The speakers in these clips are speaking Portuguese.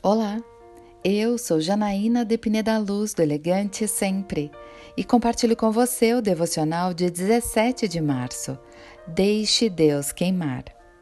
Olá, eu sou Janaína de Pineda Luz, do Elegante Sempre, e compartilho com você o devocional de 17 de março. Deixe Deus queimar.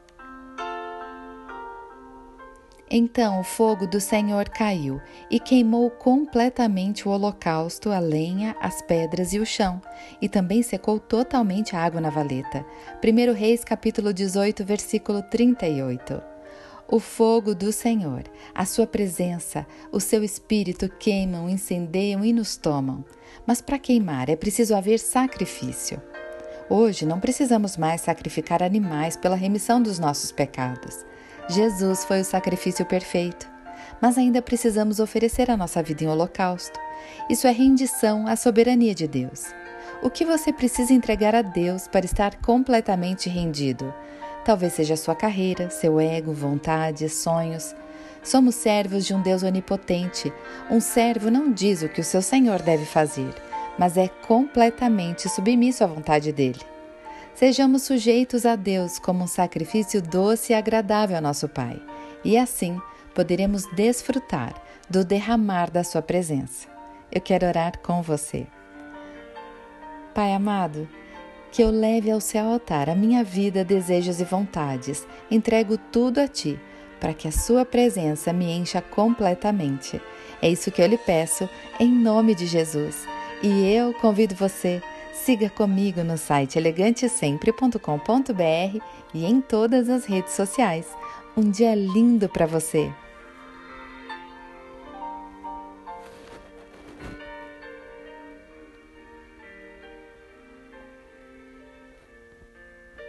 Então o fogo do Senhor caiu e queimou completamente o holocausto, a lenha, as pedras e o chão, e também secou totalmente a água na valeta. 1 Reis capítulo 18, versículo 38. O fogo do Senhor, a sua presença, o seu espírito queimam, incendeiam e nos tomam. Mas para queimar é preciso haver sacrifício. Hoje não precisamos mais sacrificar animais pela remissão dos nossos pecados. Jesus foi o sacrifício perfeito. Mas ainda precisamos oferecer a nossa vida em holocausto. Isso é rendição à soberania de Deus. O que você precisa entregar a Deus para estar completamente rendido? Talvez seja sua carreira, seu ego, vontades, sonhos. Somos servos de um Deus onipotente. Um servo não diz o que o seu Senhor deve fazer, mas é completamente submisso à vontade dele. Sejamos sujeitos a Deus como um sacrifício doce e agradável ao nosso Pai, e assim poderemos desfrutar do derramar da sua presença. Eu quero orar com você. Pai amado, que eu leve ao seu altar a minha vida, desejos e vontades. Entrego tudo a Ti, para que a Sua presença me encha completamente. É isso que eu lhe peço, em nome de Jesus. E eu convido você, siga comigo no site elegantesempre.com.br e em todas as redes sociais. Um dia lindo para você!